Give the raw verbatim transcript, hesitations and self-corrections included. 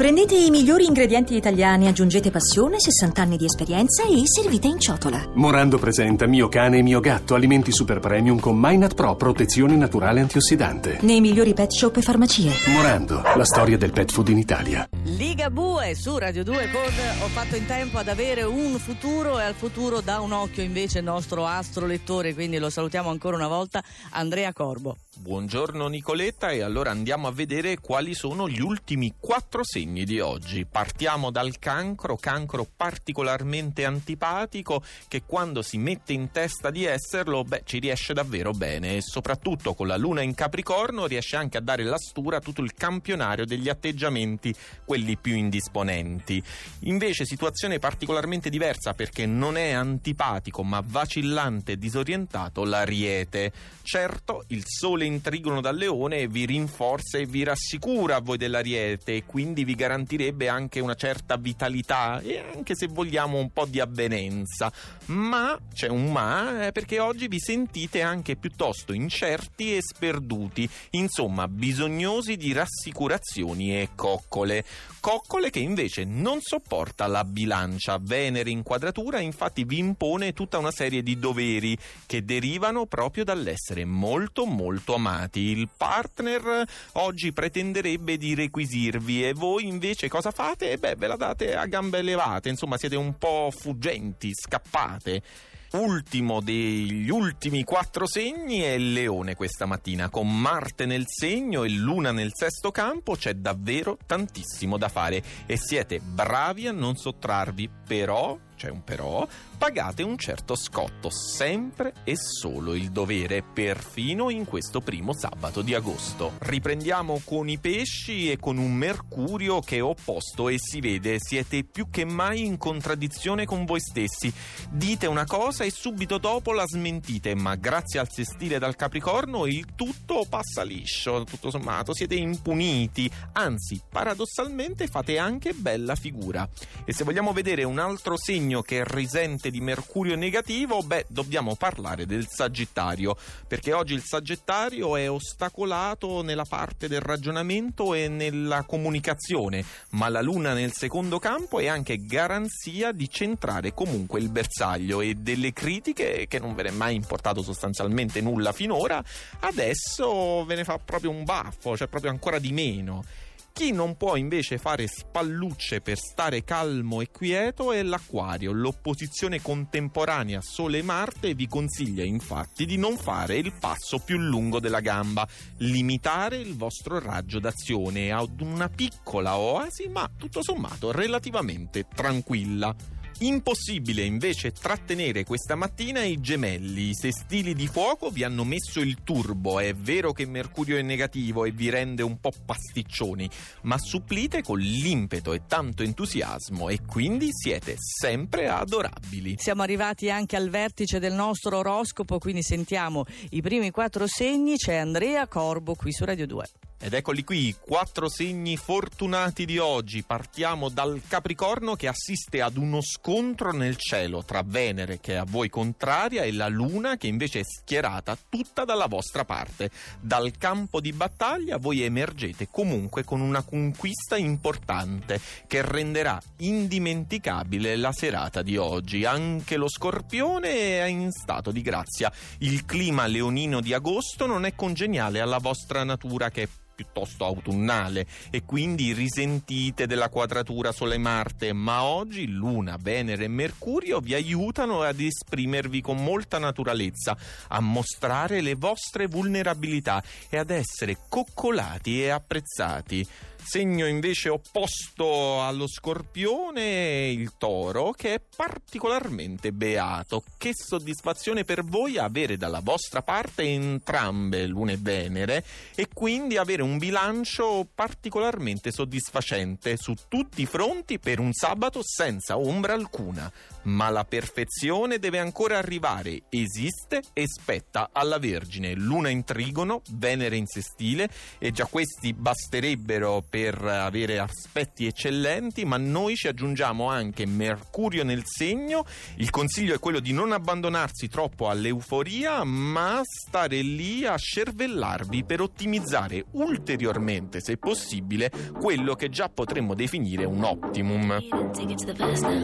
Prendete i migliori ingredienti italiani, aggiungete passione, sessanta anni di esperienza e servite in ciotola. Morando presenta Mio cane e mio gatto, alimenti super premium con Mynat Pro, protezione naturale antiossidante. Nei migliori pet shop e farmacie. Morando, la storia del pet food in Italia. Ligabue su Radio due con Ho fatto in tempo ad avere un futuro, e al futuro dà un occhio invece il nostro astro lettore, quindi lo salutiamo ancora una volta, Andrea Corbo. Buongiorno Nicoletta, e allora andiamo a vedere quali sono gli ultimi quattro segni di oggi. Partiamo dal cancro, cancro particolarmente antipatico, che quando si mette in testa di esserlo, beh, ci riesce davvero bene, e soprattutto con la luna in Capricorno riesce anche a dare la stura a tutto il campionario degli atteggiamenti, quelli più indisponenti. Invece situazione particolarmente diversa, perché non è antipatico ma vacillante e disorientato, l'Ariete. Certo, il sole in trigono dal Leone vi rinforza e vi rassicura a voi dell'Ariete, e quindi vi garantirebbe anche una certa vitalità e anche, se vogliamo, un po' di avvenenza. Ma c'è un ma, eh, perché oggi vi sentite anche piuttosto incerti e sperduti, insomma bisognosi di rassicurazioni e coccole. Coccole che invece non sopporta la bilancia. Venere in quadratura infatti vi impone tutta una serie di doveri che derivano proprio dall'essere molto molto amati. Il partner oggi pretenderebbe di requisirvi, e voi invece cosa fate? E beh, ve la date a gambe levate, insomma siete un po' fuggenti, scappate. Ultimo degli ultimi quattro segni è il Leone questa mattina, con Marte nel segno e Luna nel sesto campo. C'è davvero tantissimo da fare e siete bravi a non sottrarvi, però, c'è un però, pagate un certo scotto, sempre e solo il dovere, perfino in questo primo sabato di agosto. Riprendiamo con i pesci e con un Mercurio che è opposto, e si vede, siete più che mai in contraddizione con voi stessi. Dite una cosa e subito dopo la smentite, ma grazie al sestile dal Capricorno il tutto passa liscio, tutto sommato siete impuniti, anzi paradossalmente fate anche bella figura. E se vogliamo vedere un altro segno che risente di Mercurio negativo, beh, dobbiamo parlare del Sagittario, perché oggi il Sagittario è ostacolato nella parte del ragionamento e nella comunicazione, ma la Luna nel secondo campo è anche garanzia di centrare comunque il bersaglio, e delle critiche che non ve ne è mai importato sostanzialmente nulla finora, adesso ve ne fa proprio un baffo, cioè proprio ancora di meno. Chi non può invece fare spallucce per stare calmo e quieto è l'Acquario. L'opposizione contemporanea Sole-Marte vi consiglia infatti di non fare il passo più lungo della gamba, limitare il vostro raggio d'azione ad una piccola oasi, ma tutto sommato relativamente tranquilla. Impossibile invece trattenere questa mattina i Gemelli. I sestili di fuoco vi hanno messo il turbo. È vero che Mercurio è negativo e vi rende un po' pasticcioni, ma supplite con l'impeto e tanto entusiasmo, e quindi siete sempre adorabili. Siamo arrivati anche al vertice del nostro oroscopo, quindi sentiamo i primi quattro segni. C'è Andrea Corbo qui su Radio due. Ed eccoli qui, i quattro segni fortunati di oggi. Partiamo dal Capricorno, che assiste ad uno scontro nel cielo tra Venere, che è a voi contraria, e la Luna, che invece è schierata tutta dalla vostra parte. Dal campo di battaglia voi emergete comunque con una conquista importante che renderà indimenticabile la serata di oggi. Anche lo Scorpione è in stato di grazia. Il clima leonino di agosto non è congeniale alla vostra natura, che è piuttosto autunnale, e quindi risentite della quadratura Sole-Marte, ma oggi Luna, Venere e Mercurio vi aiutano ad esprimervi con molta naturalezza, a mostrare le vostre vulnerabilità e ad essere coccolati e apprezzati. Segno invece opposto allo Scorpione, il Toro, che è particolarmente beato. Che soddisfazione per voi avere dalla vostra parte entrambe Luna e Venere, e quindi avere un bilancio particolarmente soddisfacente su tutti i fronti per un sabato senza ombra alcuna. Ma la perfezione deve ancora arrivare, esiste e spetta alla Vergine. Luna in trigono, Venere in sestile, e già questi basterebbero per avere aspetti eccellenti, ma noi ci aggiungiamo anche Mercurio nel segno. Il consiglio è quello di non abbandonarsi troppo all'euforia, ma stare lì a scervellarvi per ottimizzare ulteriormente, se possibile, quello che già potremmo definire un optimum.